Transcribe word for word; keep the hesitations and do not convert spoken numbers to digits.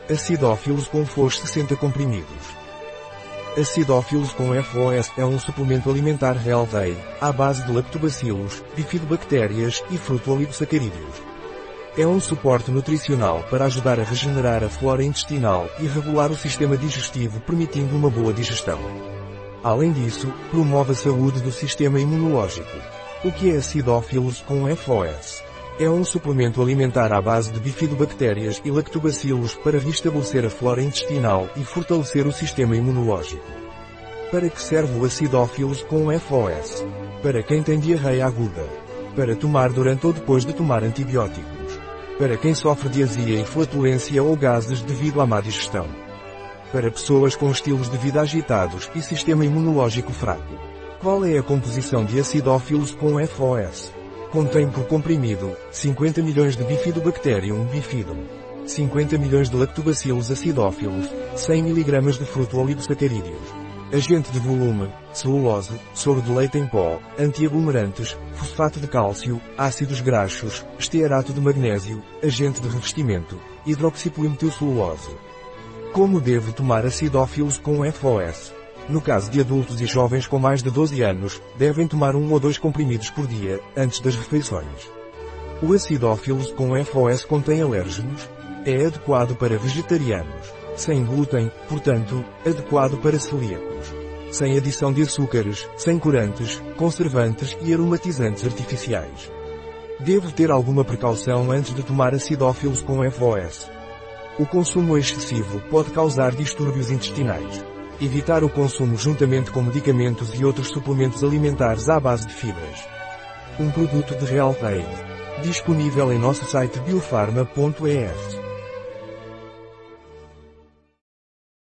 Acidófilos com F O S sessenta comprimidos. Acidófilos com F O S é um suplemento alimentar Health-Ade, à base de lactobacilos, bifidobactérias e fruto-oligosacarídeos. É um suporte nutricional para ajudar a regenerar a flora intestinal e regular o sistema digestivo, permitindo uma boa digestão. Além disso, promove a saúde do sistema imunológico. O que é acidófilos com F O S? É um suplemento alimentar à base de bifidobactérias e lactobacilos para restabelecer a flora intestinal e fortalecer o sistema imunológico. Para que serve o acidófilos com F O S? Para quem tem diarreia aguda. Para tomar durante ou depois de tomar antibióticos. Para quem sofre de azia e flatulência ou gases devido à má digestão. Para pessoas com estilos de vida agitados e sistema imunológico fraco. Qual é a composição de acidófilos com F O S? Contém por comprimido, cinquenta milhões de Bifidobacterium bifidum, cinquenta milhões de lactobacilos acidófilos, cem miligramas de fruto-oligosacarídeos, agente de volume, celulose, soro de leite em pó, antiaglomerantes, fosfato de cálcio, ácidos graxos, estearato de magnésio, agente de revestimento, hidroxipolimetilcelulose. Como devo tomar acidófilos com F O S? No caso de adultos e jovens com mais de doze anos, devem tomar um ou dois comprimidos por dia, antes das refeições. O acidófilos com F O S contém alérgenos? É adequado para vegetarianos. Sem glúten, portanto, adequado para celíacos. Sem adição de açúcares, sem corantes, conservantes e aromatizantes artificiais. Devo ter alguma precaução antes de tomar acidófilos com F O S. O consumo excessivo pode causar distúrbios intestinais. Evitar o consumo juntamente com medicamentos e outros suplementos alimentares à base de fibras. Um produto de Health-Ade. Disponível em nosso site biofarma ponto es.